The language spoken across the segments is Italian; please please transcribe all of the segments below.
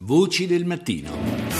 Voci del mattino.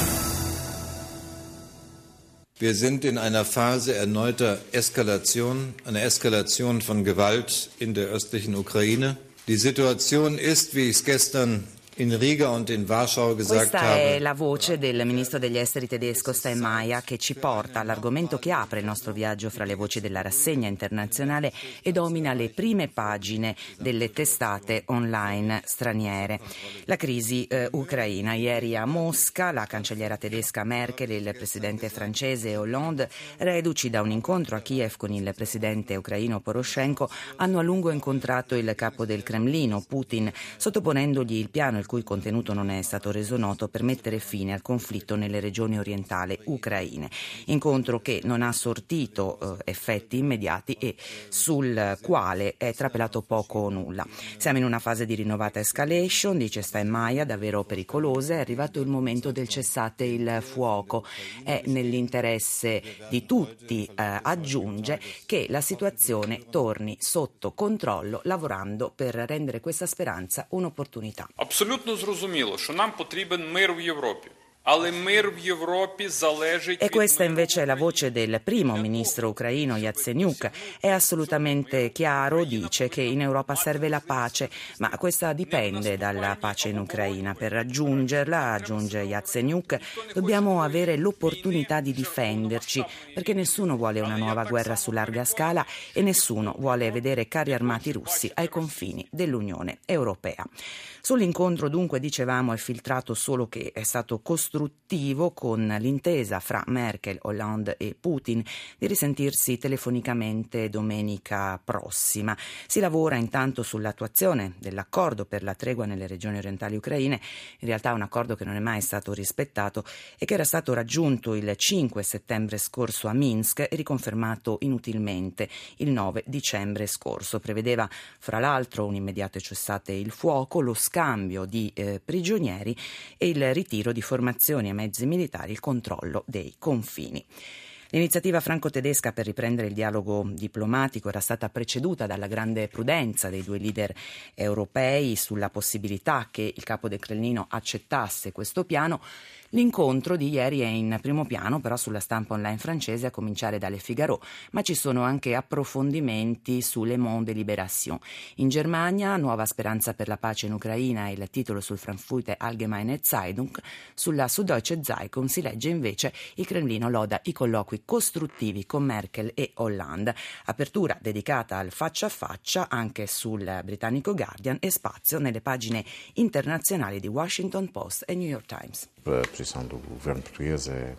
Wir sind in einer Phase erneuter Eskalation, einer Eskalation von Gewalt in der östlichen Ukraine. Die Situation ist, wie ich es gestern in Riga und in Warschau gesagt Questa habe. è la voce del ministro degli esteri tedesco Steinmeier, che ci porta all'argomento che apre il nostro viaggio fra le voci della rassegna internazionale e domina le prime pagine delle testate online straniere. La crisi ucraina. Ieri a Mosca la cancelliera tedesca Merkel e il presidente francese Hollande, reduci da un incontro a Kiev con il presidente ucraino Poroshenko, hanno a lungo incontrato il capo del Cremlino, Putin, sottoponendogli il piano il cui contenuto non è stato reso noto per mettere fine al conflitto nelle regioni orientali ucraine. Incontro che non ha sortito effetti immediati e sul quale è trapelato poco o nulla. Siamo in una fase di rinnovata escalation, dice Steinmeier, davvero pericolosa. È arrivato il momento del cessate il fuoco. È nell'interesse di tutti, aggiunge, che la situazione torni sotto controllo, lavorando per rendere questa speranza un'opportunità. Абсолютно зрозуміло, що нам потрібен мир в Європі. Але мир в Європі залежить E questa invece è la voce del primo ministro ucraino Yatsenyuk. È assolutamente chiaro, dice, che in Europa serve la pace, ma questa dipende dalla pace in Ucraina. Per raggiungerla, aggiunge Yatsenyuk, dobbiamo avere l'opportunità di difenderci, perché nessuno vuole una nuova guerra su larga scala e nessuno vuole vedere carri armati russi ai confini dell'Unione Europea. Sull'incontro, dunque, dicevamo, è filtrato solo che è stato costruttivo, con l'intesa fra Merkel, Hollande e Putin di risentirsi telefonicamente domenica prossima. Si lavora intanto sull'attuazione dell'accordo per la tregua nelle regioni orientali ucraine, in realtà un accordo che non è mai stato rispettato e che era stato raggiunto il 5 settembre scorso a Minsk e riconfermato inutilmente il 9 dicembre scorso. Prevedeva fra l'altro un immediato cessate il fuoco, lo scambio di prigionieri e il ritiro di formazioni e mezzi militari, il controllo dei confini. L'iniziativa franco-tedesca per riprendere il dialogo diplomatico era stata preceduta dalla grande prudenza dei due leader europei sulla possibilità che il capo del Cremlino accettasse questo piano. L'incontro di ieri è in primo piano però sulla stampa online francese, a cominciare dalle Figaro, ma ci sono anche approfondimenti su Le Monde Libération. In Germania, nuova speranza per la pace in Ucraina è il titolo sul Frankfurter Allgemeine Zeitung. Sulla Süddeutsche Zeitung si legge invece: il Cremlino loda i colloqui costruttivi con Merkel e Hollande. Apertura dedicata al faccia a faccia anche sul britannico Guardian e spazio nelle pagine internazionali di Washington Post e New York Times. A posição do governo português é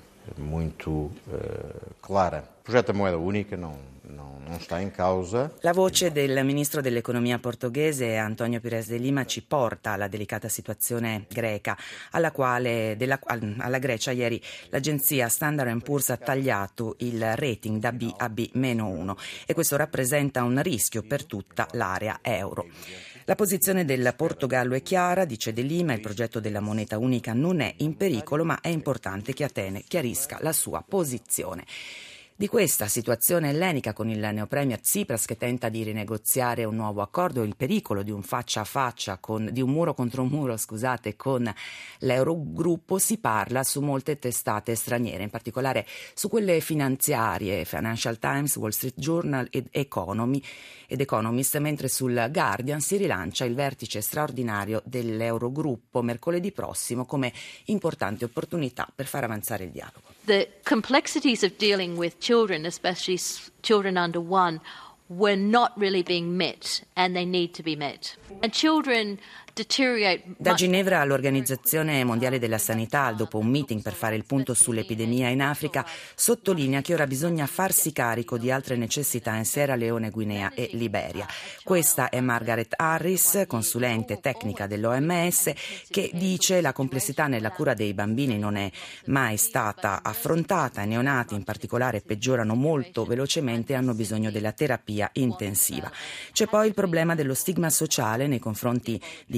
muito clara. O projeto da moeda única não está in causa. La voce del ministro dell'economia portoghese António Pires de Lima ci porta alla delicata situazione greca, alla Grecia ieri l'agenzia Standard & Poor's ha tagliato il rating da B a B-1 e questo rappresenta un rischio per tutta l'area euro. La posizione del Portogallo è chiara, dice De Lima, il progetto della moneta unica non è in pericolo, ma è importante che Atene chiarisca la sua posizione. Di questa situazione ellenica, con il neopremier Tsipras che tenta di rinegoziare un nuovo accordo, il pericolo di un faccia a faccia di un muro contro un muro, con l'Eurogruppo, si parla su molte testate straniere, in particolare su quelle finanziarie, Financial Times, Wall Street Journal ed Economist, mentre sul Guardian si rilancia il vertice straordinario dell'Eurogruppo mercoledì prossimo come importante opportunità per far avanzare il dialogo. The complexities of dealing with children, especially children under 1, were not really being met, and they need to be met. And children deteriorate. Da Ginevra all'Organizzazione Mondiale della Sanità, dopo un meeting per fare il punto sull'epidemia in Africa, sottolinea che ora bisogna farsi carico di altre necessità in Sierra Leone, Guinea e Liberia. Questa è Margaret Harris, consulente tecnica dell'OMS, che dice: la complessità nella cura dei bambini non è mai stata affrontata, i neonati in particolare peggiorano molto velocemente e hanno bisogno della terapia intensiva. C'è poi il problema dello stigma sociale nei confronti di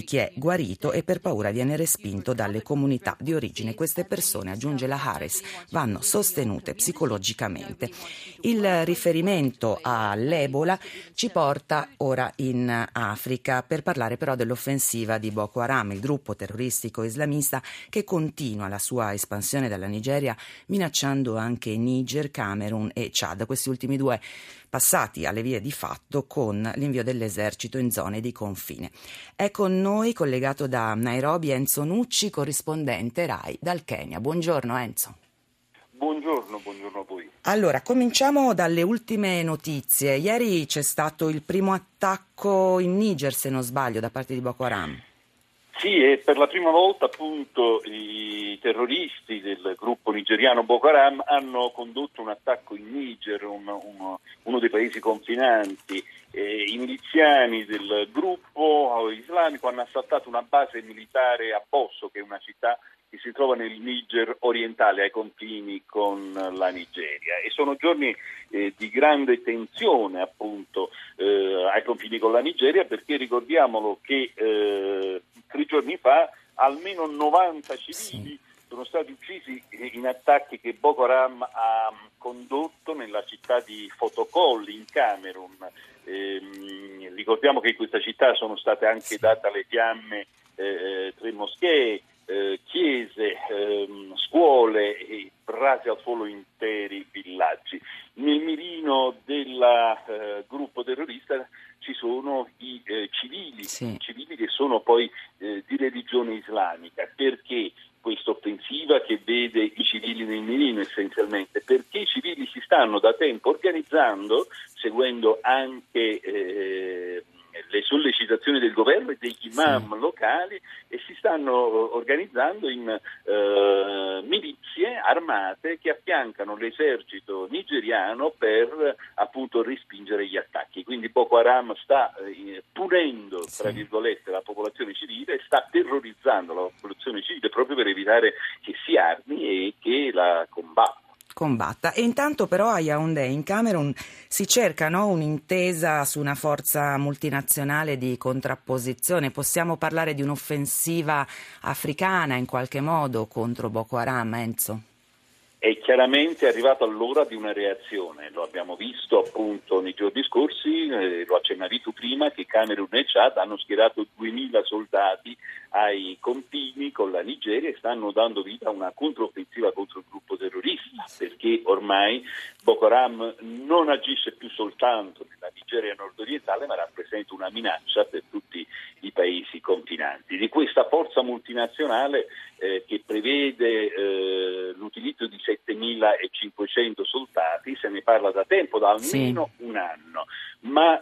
chi è guarito e per paura viene respinto dalle comunità di origine. Queste persone, aggiunge la Harris, vanno sostenute psicologicamente. Il riferimento all'Ebola ci porta ora in Africa per parlare però dell'offensiva di Boko Haram, il gruppo terroristico islamista che continua la sua espansione dalla Nigeria, minacciando anche Niger, Camerun e Chad, questi ultimi due passati alle vie di fatto con l'invio dell'esercito in zone di confine. È con noi, collegato da Nairobi, Enzo Nucci, corrispondente RAI dal Kenya. Buongiorno Enzo. Buongiorno a voi. Allora, cominciamo dalle ultime notizie. Ieri c'è stato il primo attacco in Niger, se non sbaglio, da parte di Boko Haram. Sì, e per la prima volta appunto i terroristi del gruppo nigeriano Boko Haram hanno condotto un attacco in Niger, uno dei paesi confinanti. I miliziani del gruppo islamico hanno assaltato una base militare a Bosso, che è una città che si trova nel Niger orientale, ai confini con la Nigeria, e sono giorni di grande tensione appunto ai confini con la Nigeria, perché ricordiamolo che 3 giorni fa almeno 90 civili sono stati uccisi in attacchi che Boko Haram ha condotto nella città di Fotokol in Camerun. Ricordiamo che in questa città sono state anche date alle fiamme 3 moschee, chiese, scuole e rasi al suolo interi villaggi. Nel mirino del gruppo terrorista ci sono i civili che sono poi di religione islamica. Perché questa offensiva che vede i civili nel mirino essenzialmente? Perché i civili si stanno da tempo organizzando, seguendo anche le sollecitazioni del governo e degli imam locali, e si stanno organizzando in milizie armate che affiancano l'esercito nigeriano per appunto respingere gli attacchi. Quindi Boko Haram sta punendo, tra virgolette, la popolazione civile, sta terrorizzando la popolazione civile proprio per evitare che si armi e che la combatta. E intanto però a Yaoundé, in Camerun, si cerca un'intesa su una forza multinazionale di contrapposizione. Possiamo parlare di un'offensiva africana in qualche modo contro Boko Haram, Enzo? È chiaramente arrivato all'ora di una reazione. Lo abbiamo visto appunto nei giorni scorsi, lo accennavi tu prima, che Camerun e Chad hanno schierato 2000 soldati ai confini con la Nigeria e stanno dando vita a una controffensiva contro il gruppo terrorista, perché ormai Boko Haram non agisce più soltanto nella Nigeria nord-orientale, ma rappresenta una minaccia per tutti i paesi confinanti. Di questa forza multinazionale che prevede l'utilizzo di 7.500 soldati, se ne parla da tempo, da almeno un anno, ma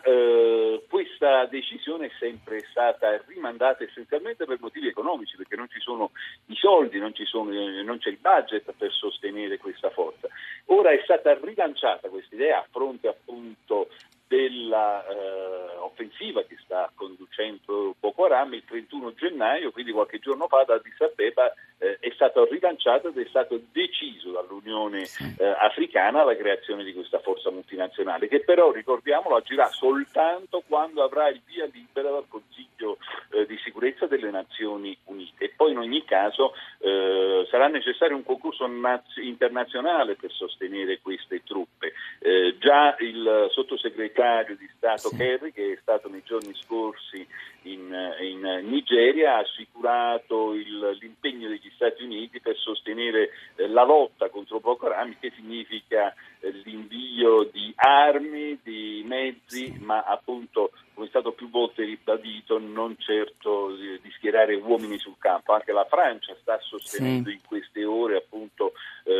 questa decisione è sempre stata rimandata essenzialmente per motivi economici, perché non ci sono i soldi, non c'è il budget per sostenere questa forza. Ora è stata rilanciata questa idea a fronte appunto della offensiva che sta conducendo Boko Haram il 31 gennaio, quindi qualche giorno fa da Addis Abeba è stato rilanciato ed è stato deciso dall'Unione Africana la creazione di questa forza multinazionale, che però, ricordiamolo, agirà soltanto quando avrà il via libera dal Consiglio di sicurezza delle Nazioni Unite, e poi in ogni caso sarà necessario un concorso internazionale per sostenere queste truppe. Già il sottosegretario di Stato Kerry, che è stato nei giorni scorsi in Nigeria, ha assicurato l'impegno degli Stati Uniti per sostenere la lotta contro Boko Haram, che significa l'invio di armi, di mezzi, ma appunto, come è stato più volte ribadito, non certo di schierare uomini sul campo. Anche la Francia sta sostenendo in queste ore appunto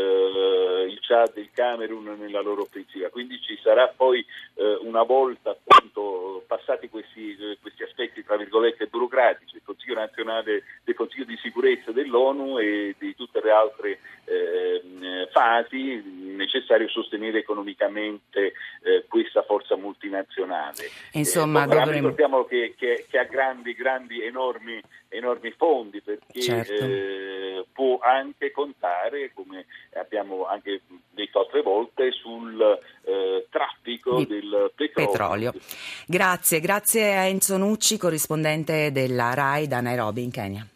il Chad e il Camerun nella loro offensiva. Quindi ci sarà poi una volta appunto passati questi aspetti tra virgolette burocratici, il Consiglio nazionale del Consiglio di sicurezza dell'ONU e di tutte le altre fasi necessarie necessario sostenere economicamente questa forza multinazionale. Insomma, ricordiamo che ha grandi, enormi fondi, perché certo. può anche contare, come abbiamo anche detto altre volte, sul traffico del petrolio. Grazie a Enzo Nucci, corrispondente della RAI da Nairobi in Kenya.